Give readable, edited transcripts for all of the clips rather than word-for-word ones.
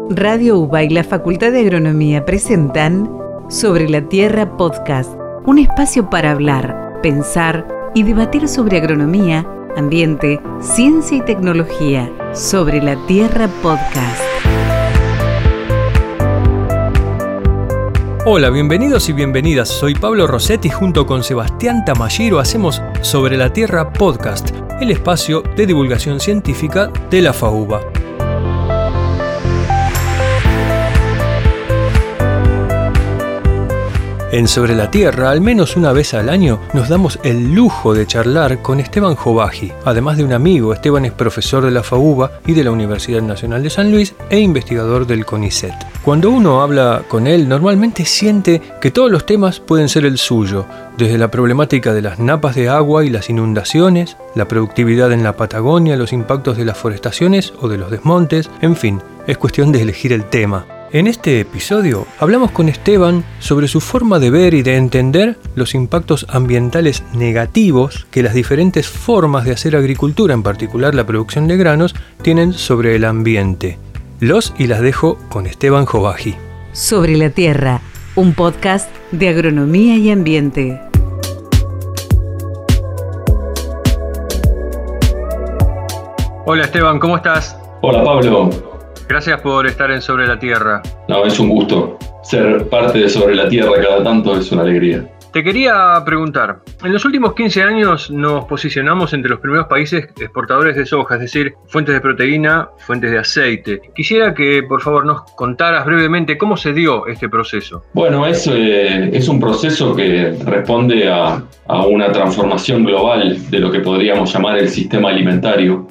Radio UBA y la Facultad de Agronomía presentan Sobre la Tierra Podcast, un espacio para hablar, pensar y debatir sobre agronomía, ambiente, ciencia y tecnología. Sobre la Tierra Podcast. Hola, bienvenidos y bienvenidas. Soy Pablo Rossetti, junto con Sebastián Tamashiro hacemos Sobre la Tierra Podcast, el espacio de divulgación científica de la FAUBA. En Sobre la Tierra, al menos una vez al año, nos damos el lujo de charlar con Esteban Jovaji. Además de un amigo, Esteban es profesor de la FAUBA y de la Universidad Nacional de San Luis e investigador del CONICET. Cuando uno habla con él, normalmente siente que todos los temas pueden ser el suyo, desde la problemática de las napas de agua y las inundaciones, la productividad en la Patagonia, los impactos de las forestaciones o de los desmontes, en fin, es cuestión de elegir el tema. En este episodio hablamos con Esteban sobre su forma de ver y de entender los impactos ambientales negativos que las diferentes formas de hacer agricultura, en particular la producción de granos, tienen sobre el ambiente. Los y las dejo con Esteban Jovaji. Sobre la Tierra, un podcast de agronomía y ambiente. Hola Esteban, ¿cómo estás? Hola Pablo. Gracias por estar en Sobre la Tierra. No, es un gusto. Ser parte de Sobre la Tierra cada tanto es una alegría. Te quería preguntar, en los últimos 15 años nos posicionamos entre los primeros países exportadores de soja, es decir, fuentes de proteína, fuentes de aceite. Quisiera que por favor nos contaras brevemente cómo se dio este proceso. Bueno, es un proceso que responde a una transformación global de lo que podríamos llamar el sistema alimentario,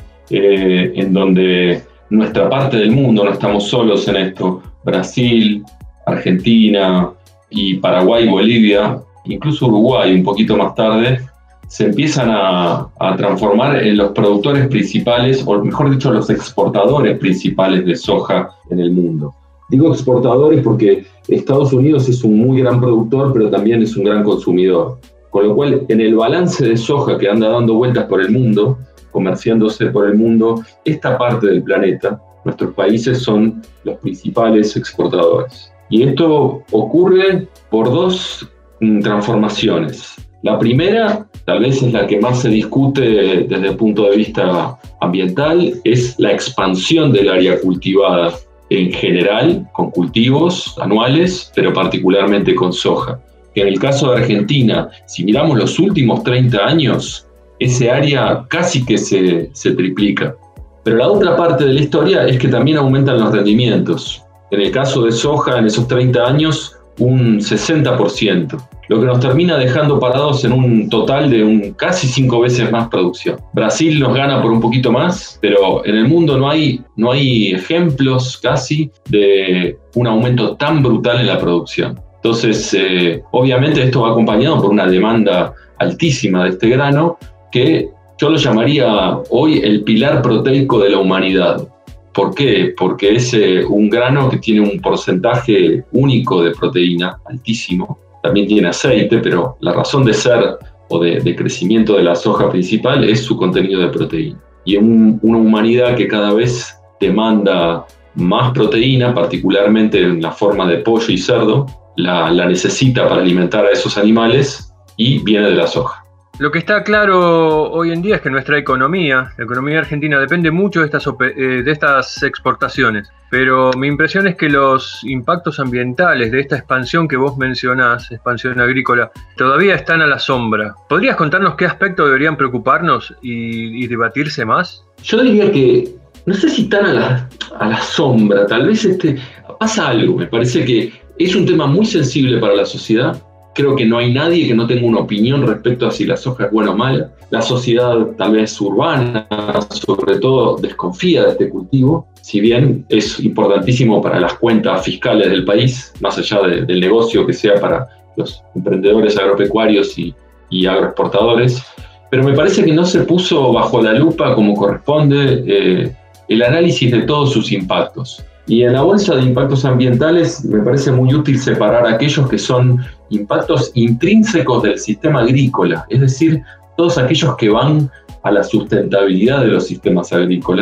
en donde nuestra parte del mundo, no estamos solos en esto, Brasil, Argentina y Paraguay, Bolivia, incluso Uruguay un poquito más tarde, se empiezan a transformar en los productores principales, o mejor dicho, los exportadores principales de soja en el mundo. Digo exportadores porque Estados Unidos es un muy gran productor, pero también es un gran consumidor. Con lo cual, en el balance de soja que anda dando vueltas por el mundo, comerciándose por el mundo, esta parte del planeta, nuestros países son los principales exportadores. Y esto ocurre por dos transformaciones. La primera, tal vez es la que más se discute desde el punto de vista ambiental, es la expansión del área cultivada en general, con cultivos anuales, pero particularmente con soja. En el caso de Argentina, si miramos los últimos 30 años, ese área casi que se triplica. Pero la otra parte de la historia es que también aumentan los rendimientos. En el caso de soja, en esos 30 años, un 60%, lo que nos termina dejando parados en un total de casi 5 veces más producción. Brasil nos gana por un poquito más, pero en el mundo no hay ejemplos casi de un aumento tan brutal en la producción. Entonces, obviamente esto va acompañado por una demanda altísima de este grano, que yo lo llamaría hoy el pilar proteico de la humanidad. ¿Por qué? Porque es un grano que tiene un porcentaje único de proteína altísimo. También tiene aceite, pero la razón de ser o de crecimiento de la soja principal es su contenido de proteína. Y una humanidad que cada vez demanda más proteína, particularmente en la forma de pollo y cerdo, la necesita para alimentar a esos animales y viene de la soja. Lo que está claro hoy en día es que nuestra economía, la economía argentina, depende mucho de estas exportaciones. Pero mi impresión es que los impactos ambientales de esta expansión que vos mencionás, expansión agrícola, todavía están a la sombra. ¿Podrías contarnos qué aspectos deberían preocuparnos y debatirse más? Yo diría que, no sé si están a la sombra, tal vez pasa algo. Me parece que es un tema muy sensible para la sociedad. Creo que no hay nadie que no tenga una opinión respecto a si la soja es buena o mala. La sociedad, tal vez urbana, sobre todo, desconfía de este cultivo, si bien es importantísimo para las cuentas fiscales del país, más allá del negocio que sea para los emprendedores agropecuarios y agroexportadores. Pero me parece que no se puso bajo la lupa como corresponde el análisis de todos sus impactos. Y en la bolsa de impactos ambientales me parece muy útil separar aquellos que son impactos intrínsecos del sistema agrícola, es decir, todos aquellos que van a la sustentabilidad de los sistemas agrícolas,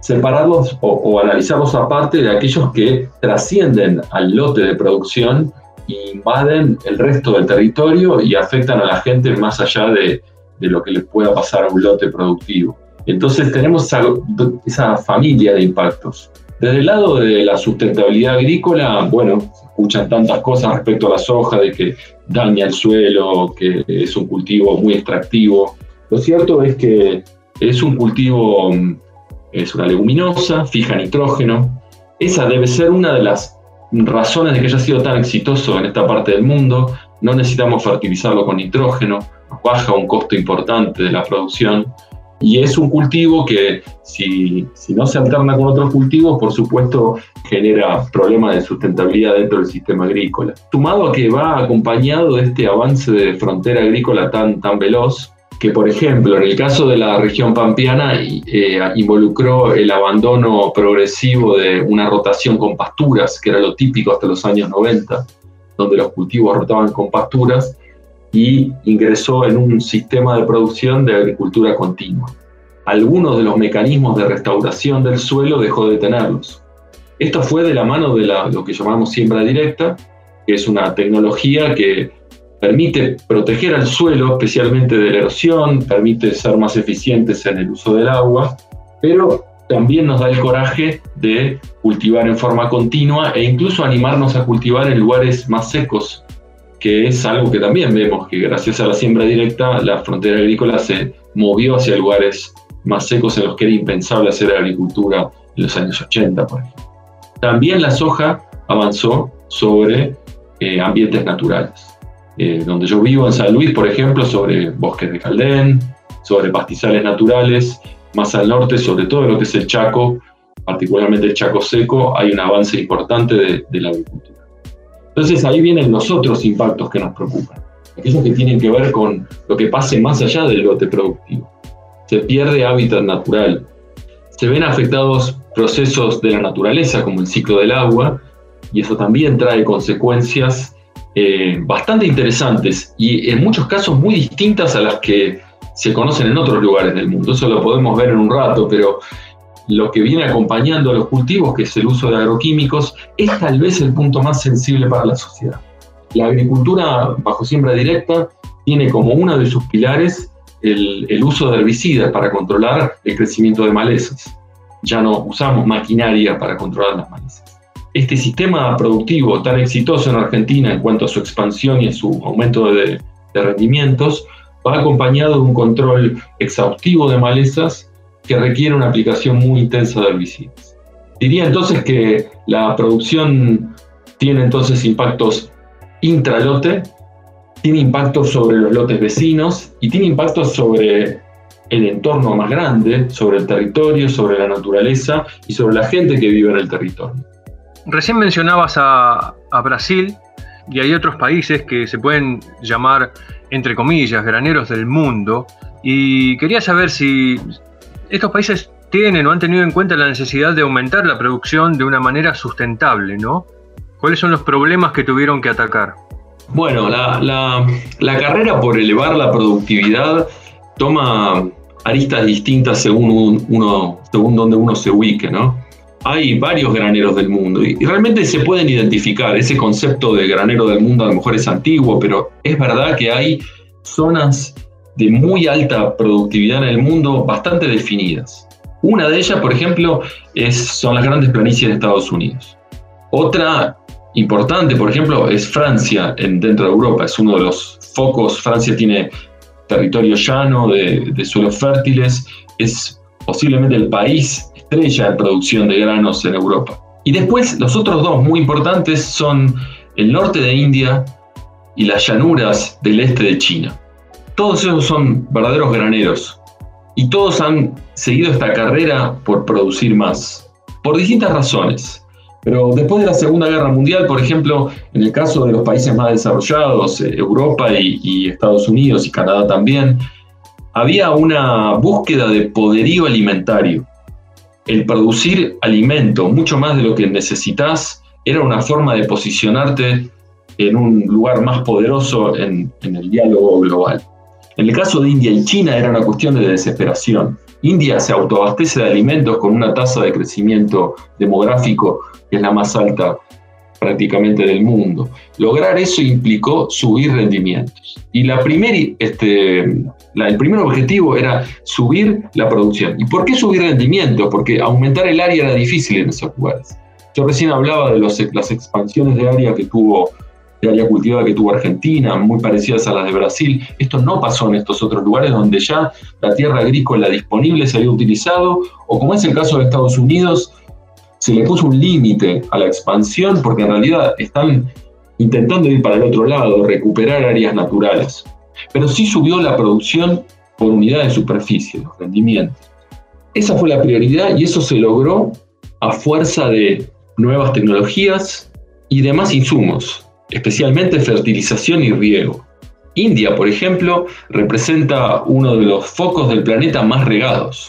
separarlos o analizarlos aparte de aquellos que trascienden al lote de producción e invaden el resto del territorio y afectan a la gente más allá de lo que les pueda pasar a un lote productivo. Entonces tenemos esa familia de impactos. Desde el lado de la sustentabilidad agrícola, bueno, se escuchan tantas cosas respecto a la soja, de que daña el suelo, que es un cultivo muy extractivo. Lo cierto es que es un cultivo, es una leguminosa, fija nitrógeno. Esa debe ser una de las razones de que haya sido tan exitoso en esta parte del mundo. No necesitamos fertilizarlo con nitrógeno, nos baja un costo importante de la producción. Y es un cultivo que, si no se alterna con otros cultivos, por supuesto genera problemas de sustentabilidad dentro del sistema agrícola. Sumado a que va acompañado de este avance de frontera agrícola tan veloz, que por ejemplo en el caso de la región pampeana involucró el abandono progresivo de una rotación con pasturas, que era lo típico hasta los años 90, donde los cultivos rotaban con pasturas, y ingresó en un sistema de producción de agricultura continua. Algunos de los mecanismos de restauración del suelo dejó de tenerlos. Esto fue de la mano de lo que llamamos siembra directa, que es una tecnología que permite proteger al suelo, especialmente de la erosión, permite ser más eficientes en el uso del agua, pero también nos da el coraje de cultivar en forma continua e incluso animarnos a cultivar en lugares más secos, que es algo que también vemos que gracias a la siembra directa la frontera agrícola se movió hacia lugares más secos en los que era impensable hacer agricultura en los años 80, por ejemplo. También la soja avanzó sobre ambientes naturales. Donde yo vivo en San Luis, por ejemplo, sobre bosques de Caldén, sobre pastizales naturales, más al norte, sobre todo lo que es el Chaco, particularmente el Chaco seco, hay un avance importante de la agricultura. Entonces ahí vienen los otros impactos que nos preocupan, aquellos que tienen que ver con lo que pase más allá del lote productivo. Se pierde hábitat natural, se ven afectados procesos de la naturaleza como el ciclo del agua, y eso también trae consecuencias bastante interesantes y en muchos casos muy distintas a las que se conocen en otros lugares del mundo. Eso lo podemos ver en un rato, pero lo que viene acompañando a los cultivos, que es el uso de agroquímicos, es tal vez el punto más sensible para la sociedad. La agricultura bajo siembra directa tiene como uno de sus pilares el uso de herbicidas para controlar el crecimiento de malezas. Ya no usamos maquinaria para controlar las malezas. Este sistema productivo tan exitoso en Argentina en cuanto a su expansión y a su aumento de rendimientos va acompañado de un control exhaustivo de malezas que requiere una aplicación muy intensa de herbicidas. Diría entonces que la producción tiene entonces impactos intralote, tiene impactos sobre los lotes vecinos y tiene impactos sobre el entorno más grande, sobre el territorio, sobre la naturaleza y sobre la gente que vive en el territorio. Recién mencionabas a Brasil y hay otros países que se pueden llamar, entre comillas, graneros del mundo, y quería saber si estos países tienen o han tenido en cuenta la necesidad de aumentar la producción de una manera sustentable, ¿no? ¿Cuáles son los problemas que tuvieron que atacar? Bueno, la carrera por elevar la productividad toma aristas distintas según donde uno se ubique, ¿no? Hay varios graneros del mundo y realmente se pueden identificar. Ese concepto de granero del mundo a lo mejor es antiguo, pero es verdad que hay zonas de muy alta productividad en el mundo bastante definidas. Una de ellas, por ejemplo, son las grandes planicies de Estados Unidos. Otra importante, por ejemplo, es Francia dentro de Europa. Es uno de los focos. Francia tiene territorio llano, de suelos fértiles. Es posiblemente el país estrella de producción de granos en Europa. Y después los otros dos muy importantes son el norte de India y las llanuras del este de China. Todos esos son verdaderos graneros y todos han seguido esta carrera por producir más, por distintas razones. Pero después de la Segunda Guerra Mundial, por ejemplo, en el caso de los países más desarrollados, Europa y Estados Unidos y Canadá también, había una búsqueda de poderío alimentario. El producir alimento, mucho más de lo que necesitas, era una forma de posicionarte en un lugar más poderoso en el diálogo global. En el caso de India y China era una cuestión de desesperación. India se autoabastece de alimentos con una tasa de crecimiento demográfico que es la más alta prácticamente del mundo. Lograr eso implicó subir rendimientos. Y el primer objetivo era subir la producción. ¿Y por qué subir rendimientos? Porque aumentar el área era difícil en esos lugares. Yo recién hablaba de las expansiones de área cultivada que tuvo Argentina, muy parecidas a las de Brasil. Esto no pasó en estos otros lugares donde ya la tierra agrícola disponible se había utilizado, o como es el caso de Estados Unidos, se le puso un límite a la expansión porque en realidad están intentando ir para el otro lado, recuperar áreas naturales. Pero sí subió la producción por unidad de superficie, los rendimientos. Esa fue la prioridad y eso se logró a fuerza de nuevas tecnologías y demás insumos, especialmente fertilización y riego. India, por ejemplo, representa uno de los focos del planeta más regados.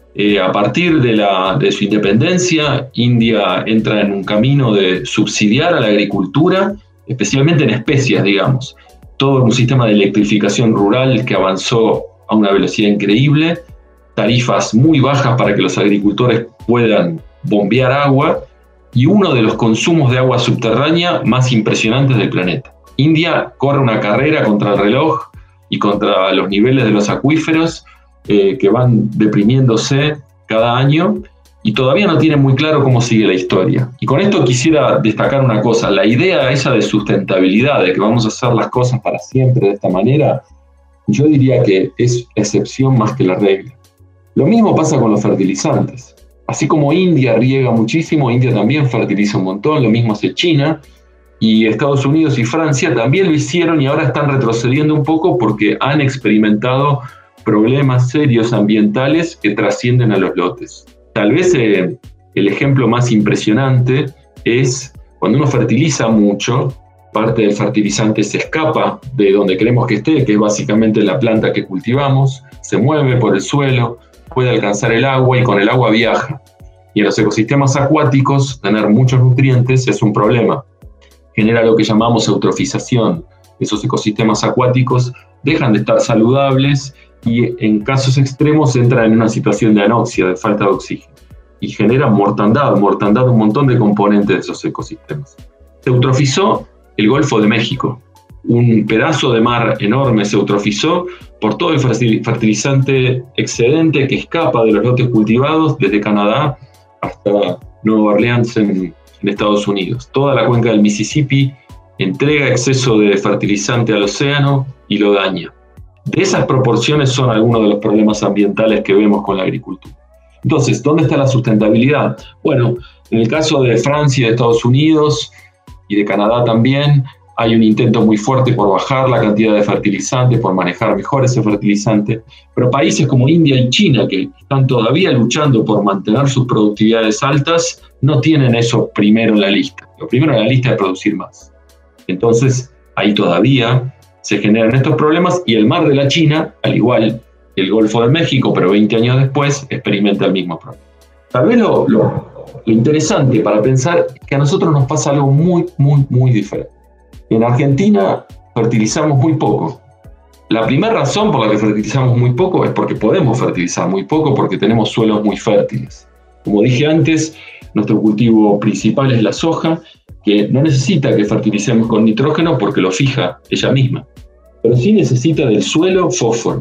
A partir de su independencia, India entra en un camino de subsidiar a la agricultura, especialmente en especias, digamos. Todo un sistema de electrificación rural que avanzó a una velocidad increíble, tarifas muy bajas para que los agricultores puedan bombear agua y uno de los consumos de agua subterránea más impresionantes del planeta. India corre una carrera contra el reloj y contra los niveles de los acuíferos que van deprimiéndose cada año y todavía no tiene muy claro cómo sigue la historia. Y con esto quisiera destacar una cosa, la idea esa de sustentabilidad, de que vamos a hacer las cosas para siempre de esta manera, yo diría que es excepción más que la regla. Lo mismo pasa con los fertilizantes. Así como India riega muchísimo, India también fertiliza un montón, lo mismo hace China, y Estados Unidos y Francia también lo hicieron y ahora están retrocediendo un poco porque han experimentado problemas serios ambientales que trascienden a los lotes. Tal vez el ejemplo más impresionante es cuando uno fertiliza mucho, parte del fertilizante se escapa de donde queremos que esté, que es básicamente la planta que cultivamos, se mueve por el suelo, puede alcanzar el agua y con el agua viaja. Y en los ecosistemas acuáticos, tener muchos nutrientes es un problema. Genera lo que llamamos eutrofización. Esos ecosistemas acuáticos dejan de estar saludables y en casos extremos entran en una situación de anoxia, de falta de oxígeno. Y genera mortandad de un montón de componentes de esos ecosistemas. Se eutrofizó el Golfo de México. Un pedazo de mar enorme se eutrofizó por todo el fertilizante excedente que escapa de los lotes cultivados desde Canadá hasta Nueva Orleans en Estados Unidos. Toda la cuenca del Mississippi entrega exceso de fertilizante al océano y lo daña. De esas proporciones son algunos de los problemas ambientales que vemos con la agricultura. Entonces, ¿dónde está la sustentabilidad? Bueno, en el caso de Francia y de Estados Unidos y de Canadá también, hay un intento muy fuerte por bajar la cantidad de fertilizante, por manejar mejor ese fertilizante, pero países como India y China, que están todavía luchando por mantener sus productividades altas, no tienen eso primero en la lista. Lo primero en la lista es producir más. Entonces, ahí todavía se generan estos problemas y el mar de la China, al igual que el Golfo de México, pero 20 años después, experimenta el mismo problema. Tal vez lo interesante para pensar es que a nosotros nos pasa algo muy, muy, muy diferente. En Argentina fertilizamos muy poco. La primera razón por la que fertilizamos muy poco es porque podemos fertilizar muy poco, porque tenemos suelos muy fértiles. Como dije antes, nuestro cultivo principal es la soja, que no necesita que fertilicemos con nitrógeno porque lo fija ella misma, pero sí necesita del suelo fósforo.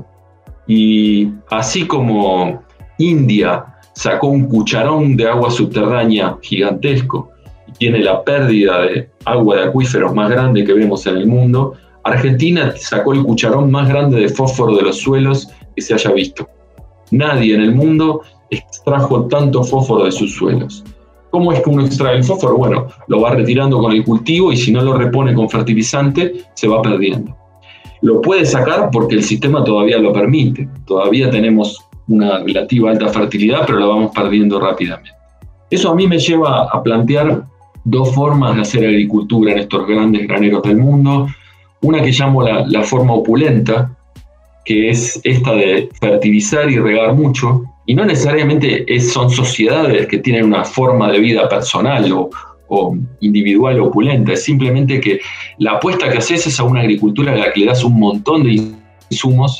Y así como India sacó un cucharón de agua subterránea gigantesco y tiene la pérdida de agua de acuíferos más grande que vemos en el mundo, Argentina sacó el cucharón más grande de fósforo de los suelos que se haya visto. Nadie en el mundo extrajo tanto fósforo de sus suelos. ¿Cómo es que uno extrae el fósforo? Bueno, lo va retirando con el cultivo y si no lo repone con fertilizante, se va perdiendo. Lo puede sacar porque el sistema todavía lo permite. Todavía tenemos una relativa alta fertilidad, pero la vamos perdiendo rápidamente. Eso a mí me lleva a plantear dos formas de hacer agricultura en estos grandes graneros del mundo. Una que llamo la forma opulenta, que es esta de fertilizar y regar mucho, y no necesariamente son sociedades que tienen una forma de vida personal o individual opulenta, es simplemente que la apuesta que haces es a una agricultura a la que le das un montón de insumos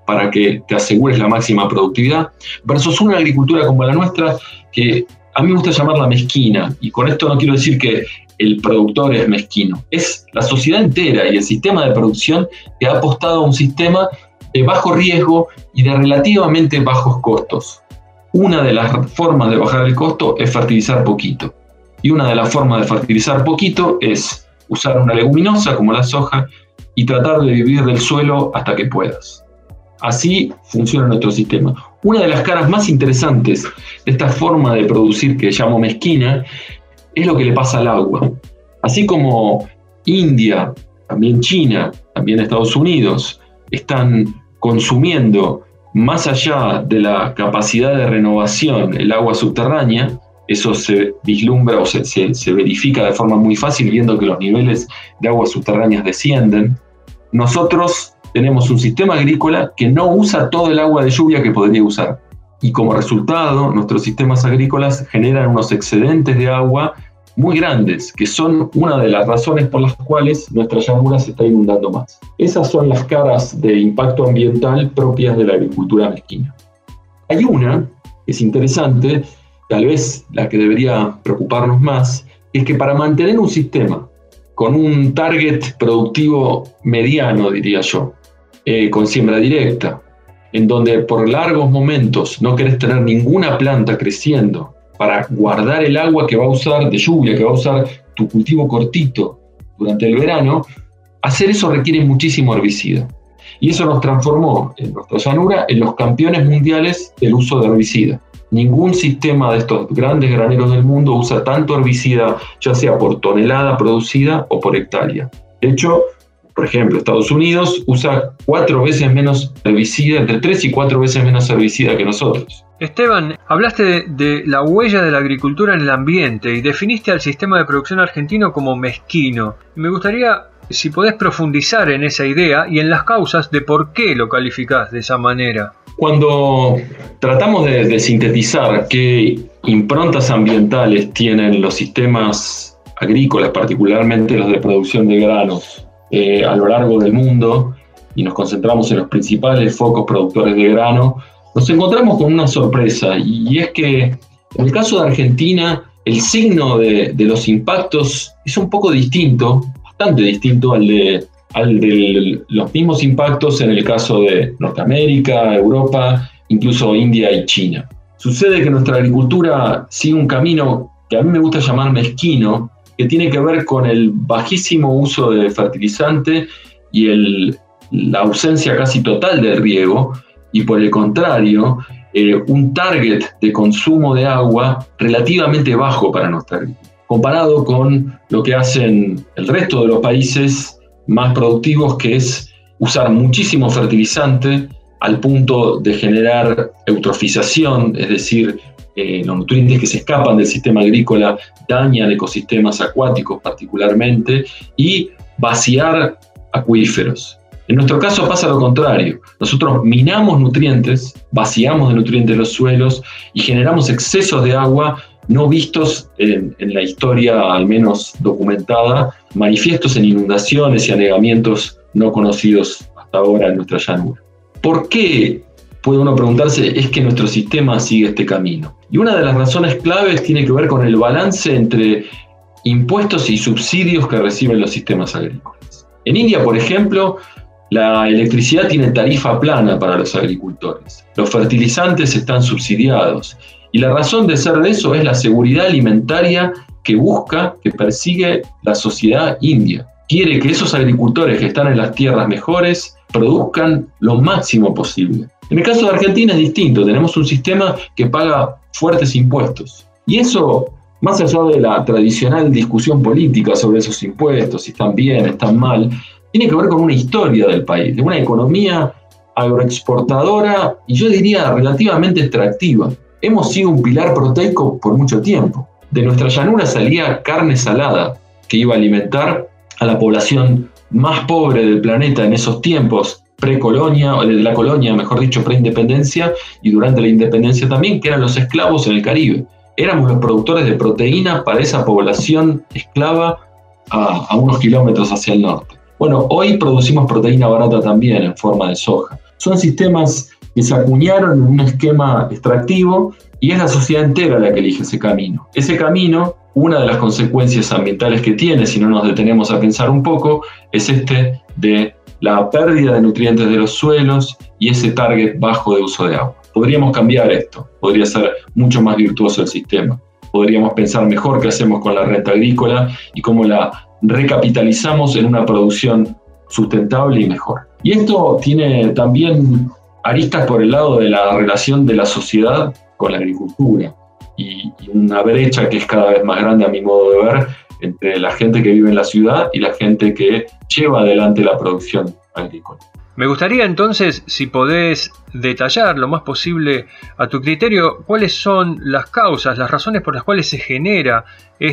para que te asegures la máxima productividad, versus una agricultura como la nuestra, que a mí me gusta llamarla mezquina, y con esto no quiero decir que el productor es mezquino, es la sociedad entera y el sistema de producción que ha apostado a un sistema de bajo riesgo y de relativamente bajos costos. Una de las formas de bajar el costo es fertilizar poquito, y una de las formas de fertilizar poquito es usar una leguminosa como la soja y tratar de vivir del suelo hasta que puedas. Así funciona nuestro sistema. Una de las caras más interesantes de esta forma de producir que llamo mezquina es lo que le pasa al agua. Así como India, también China, también Estados Unidos están consumiendo más allá de la capacidad de renovación el agua subterránea, eso se vislumbra o se verifica de forma muy fácil viendo que los niveles de aguas subterráneas descienden. Nosotros tenemos un sistema agrícola que no usa todo el agua de lluvia que podría usar. Y como resultado, nuestros sistemas agrícolas generan unos excedentes de agua muy grandes, que son una de las razones por las cuales nuestra llanura se está inundando más. Esas son las caras de impacto ambiental propias de la agricultura mezquina. Hay una que es interesante, tal vez la que debería preocuparnos más, es que para mantener un sistema con un target productivo mediano, diría yo, con siembra directa, en donde por largos momentos no querés tener ninguna planta creciendo para guardar el agua que va a usar de lluvia, que va a usar tu cultivo cortito durante el verano, hacer eso requiere muchísimo herbicida. Y eso nos transformó en nuestra llanura en los campeones mundiales del uso de herbicida. Ningún sistema de estos grandes graneros del mundo usa tanto herbicida, ya sea por tonelada producida o por hectárea. De hecho, por ejemplo, Estados Unidos usa 4 veces menos herbicida, entre 3 y 4 veces menos herbicida que nosotros. Esteban, hablaste de la huella de la agricultura en el ambiente y definiste al sistema de producción argentino como mezquino. Me gustaría, si podés profundizar en esa idea y en las causas de por qué lo calificás de esa manera. Cuando tratamos de sintetizar qué improntas ambientales tienen los sistemas agrícolas, particularmente los de producción de granos, a lo largo del mundo, y nos concentramos en los principales focos productores de grano, nos encontramos con una sorpresa, y es que en el caso de Argentina el signo de los impactos es un poco distinto, bastante distinto al de los mismos impactos en el caso de Norteamérica, Europa, incluso India y China. Sucede que nuestra agricultura sigue un camino que a mí me gusta llamar mezquino, que tiene que ver con el bajísimo uso de fertilizante y la ausencia casi total de riego, y por el contrario, un target de consumo de agua relativamente bajo para nuestra agricultura, comparado con lo que hacen el resto de los países más productivos, que es usar muchísimo fertilizante al punto de generar eutrofización, es decir, los nutrientes que se escapan del sistema agrícola dañan ecosistemas acuáticos particularmente, y vaciar acuíferos. En nuestro caso pasa lo contrario. Nosotros minamos nutrientes, vaciamos de nutrientes los suelos y generamos excesos de agua no vistos en la historia, al menos documentada, manifiestos en inundaciones y anegamientos no conocidos hasta ahora en nuestra llanura. ¿Por qué, puede uno preguntarse, es que nuestro sistema sigue este camino? Y una de las razones claves tiene que ver con el balance entre impuestos y subsidios que reciben los sistemas agrícolas. En India, por ejemplo, la electricidad tiene tarifa plana para los agricultores. Los fertilizantes están subsidiados. Y la razón de ser de eso es la seguridad alimentaria que persigue la sociedad india. Quiere que esos agricultores que están en las tierras mejores produzcan lo máximo posible. En el caso de Argentina es distinto. Tenemos un sistema que paga fuertes impuestos. Y eso, más allá de la tradicional discusión política sobre esos impuestos, si están bien, están mal, tiene que ver con una historia del país, de una economía agroexportadora y yo diría relativamente extractiva. Hemos sido un pilar proteico por mucho tiempo. De nuestra llanura salía carne salada que iba a alimentar a la población más pobre del planeta en esos tiempos, pre-colonia, o de la colonia, mejor dicho, pre-independencia, y durante la independencia también, que eran los esclavos en el Caribe. Éramos los productores de proteína para esa población esclava a unos kilómetros hacia el norte. Bueno, hoy producimos proteína barata también en forma de soja. Son sistemas que se acuñaron en un esquema extractivo y es la sociedad entera la que elige ese camino. Ese camino, una de las consecuencias ambientales que tiene, si no nos detenemos a pensar un poco, es de la pérdida de nutrientes de los suelos y ese target bajo de uso de agua. Podríamos cambiar esto, podría ser mucho más virtuoso el sistema. Podríamos pensar mejor qué hacemos con la renta agrícola y cómo la recapitalizamos en una producción sustentable y mejor. Y esto tiene también aristas por el lado de la relación de la sociedad con la agricultura y una brecha que es cada vez más grande a mi modo de ver entre la gente que vive en la ciudad y la gente que lleva adelante la producción agrícola. Me gustaría entonces, si podés detallar lo más posible a tu criterio, cuáles son las causas, las razones por las cuales se genera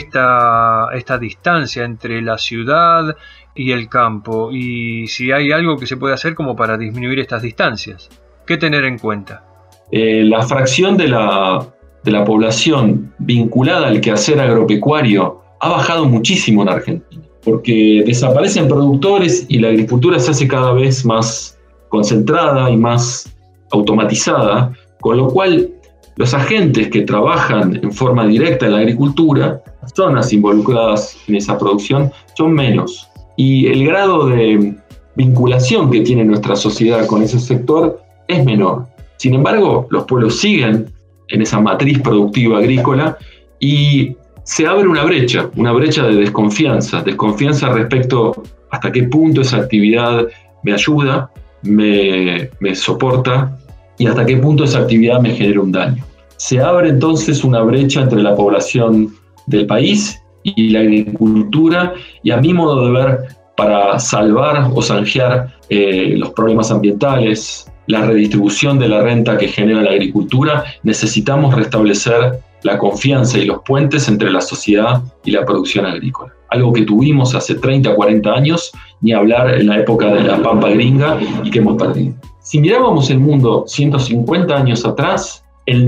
esta distancia entre la ciudad y el campo, y si hay algo que se puede hacer como para disminuir estas distancias. ¿Qué tener en cuenta? La fracción de la población vinculada al quehacer agropecuario ha bajado muchísimo en Argentina, porque desaparecen productores y la agricultura se hace cada vez más concentrada y más automatizada, con lo cual los agentes que trabajan en forma directa en la agricultura, las zonas involucradas en esa producción, son menos. Y el grado de vinculación que tiene nuestra sociedad con ese sector es menor. Sin embargo, los pueblos siguen en esa matriz productiva agrícola y se abre una brecha de desconfianza respecto hasta qué punto esa actividad me ayuda, me soporta y hasta qué punto esa actividad me genera un daño. Se abre entonces una brecha entre la población del país y la agricultura, y a mi modo de ver, para salvar o zanjear los problemas ambientales, la redistribución de la renta que genera la agricultura, necesitamos restablecer la confianza y los puentes entre la sociedad y la producción agrícola. Algo que tuvimos hace 30, 40 años, ni hablar en la época de la Pampa Gringa y que hemos perdido. Si mirábamos el mundo 150 años atrás, el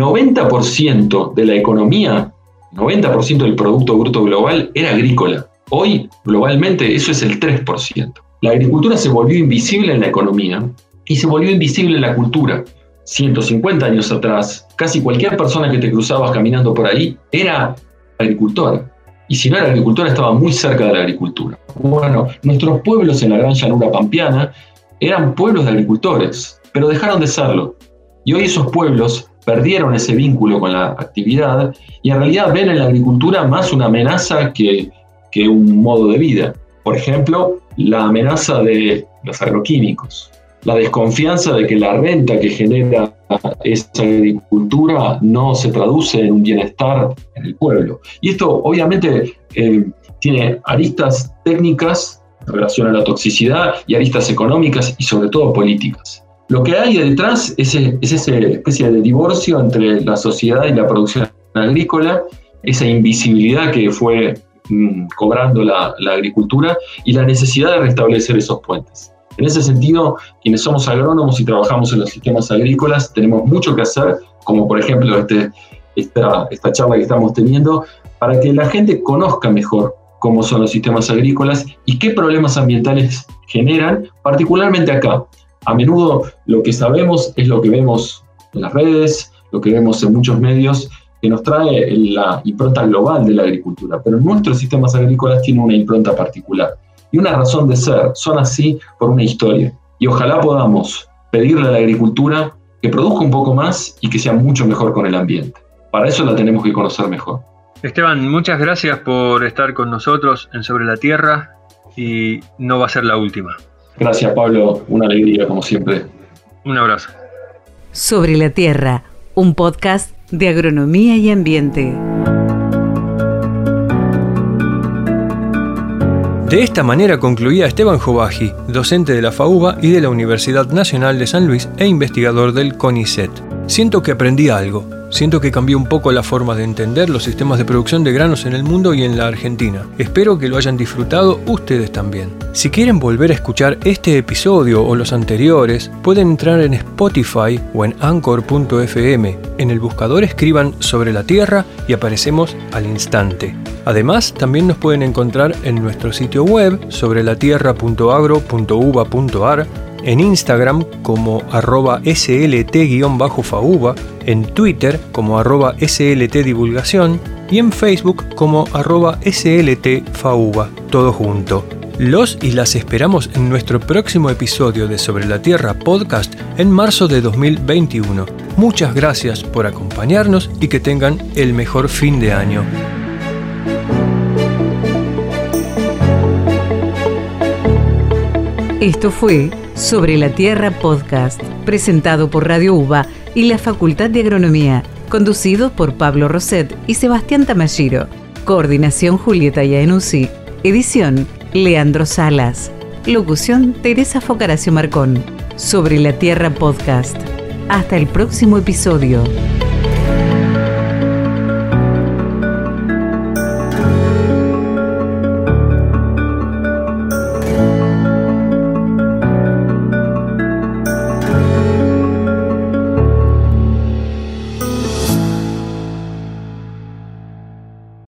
90% de la economía, 90% del Producto Bruto Global era agrícola. Hoy, globalmente, eso es el 3%. La agricultura se volvió invisible en la economía y se volvió invisible en la cultura. 150 años atrás, casi cualquier persona que te cruzabas caminando por ahí era agricultora. Y si no era agricultora, estaba muy cerca de la agricultura. Bueno, nuestros pueblos en la gran llanura pampeana eran pueblos de agricultores, pero dejaron de serlo. Y hoy esos pueblos perdieron ese vínculo con la actividad y en realidad ven en la agricultura más una amenaza que un modo de vida. Por ejemplo, la amenaza de los agroquímicos. La desconfianza de que la renta que genera esa agricultura no se traduce en un bienestar en el pueblo. Y esto obviamente tiene aristas técnicas en relación a la toxicidad y aristas económicas y sobre todo políticas. Lo que hay detrás es esa especie de divorcio entre la sociedad y la producción agrícola, esa invisibilidad que fue cobrando la agricultura y la necesidad de restablecer esos puentes. En ese sentido, quienes somos agrónomos y trabajamos en los sistemas agrícolas, tenemos mucho que hacer, como por ejemplo esta charla que estamos teniendo, para que la gente conozca mejor cómo son los sistemas agrícolas y qué problemas ambientales generan, particularmente acá. A menudo lo que sabemos es lo que vemos en las redes, lo que vemos en muchos medios, que nos trae la impronta global de la agricultura, pero nuestros sistemas agrícolas tienen una impronta particular. Y una razón de ser, son así por una historia. Y ojalá podamos pedirle a la agricultura que produzca un poco más y que sea mucho mejor con el ambiente. Para eso la tenemos que conocer mejor. Esteban, muchas gracias por estar con nosotros en Sobre la Tierra y no va a ser la última. Gracias, Pablo. Una alegría, como siempre. Un abrazo. Sobre la Tierra, un podcast de agronomía y ambiente. De esta manera concluía Esteban Jobaji, docente de la FAUBA y de la Universidad Nacional de San Luis e investigador del CONICET. Siento que aprendí algo. Siento que cambió un poco la forma de entender los sistemas de producción de granos en el mundo y en la Argentina. Espero que lo hayan disfrutado ustedes también. Si quieren volver a escuchar este episodio o los anteriores, pueden entrar en Spotify o en Anchor.fm. En el buscador escriban Sobre la Tierra y aparecemos al instante. Además, también nos pueden encontrar en nuestro sitio web sobrelatierra.agro.uba.ar en Instagram como @slt_fauba, en Twitter como @sltdivulgación y en Facebook como @sltfauba, todo junto. Los y las esperamos en nuestro próximo episodio de Sobre la Tierra Podcast en marzo de 2021. Muchas gracias por acompañarnos y que tengan el mejor fin de año. Esto fue Sobre la Tierra Podcast, presentado por Radio UBA y la Facultad de Agronomía, conducido por Pablo Roset y Sebastián Tamashiro. Coordinación Julieta Iannuzzi. Edición Leandro Salas. Locución Teresa Focaracio Marcón. Sobre la Tierra Podcast. Hasta el próximo episodio.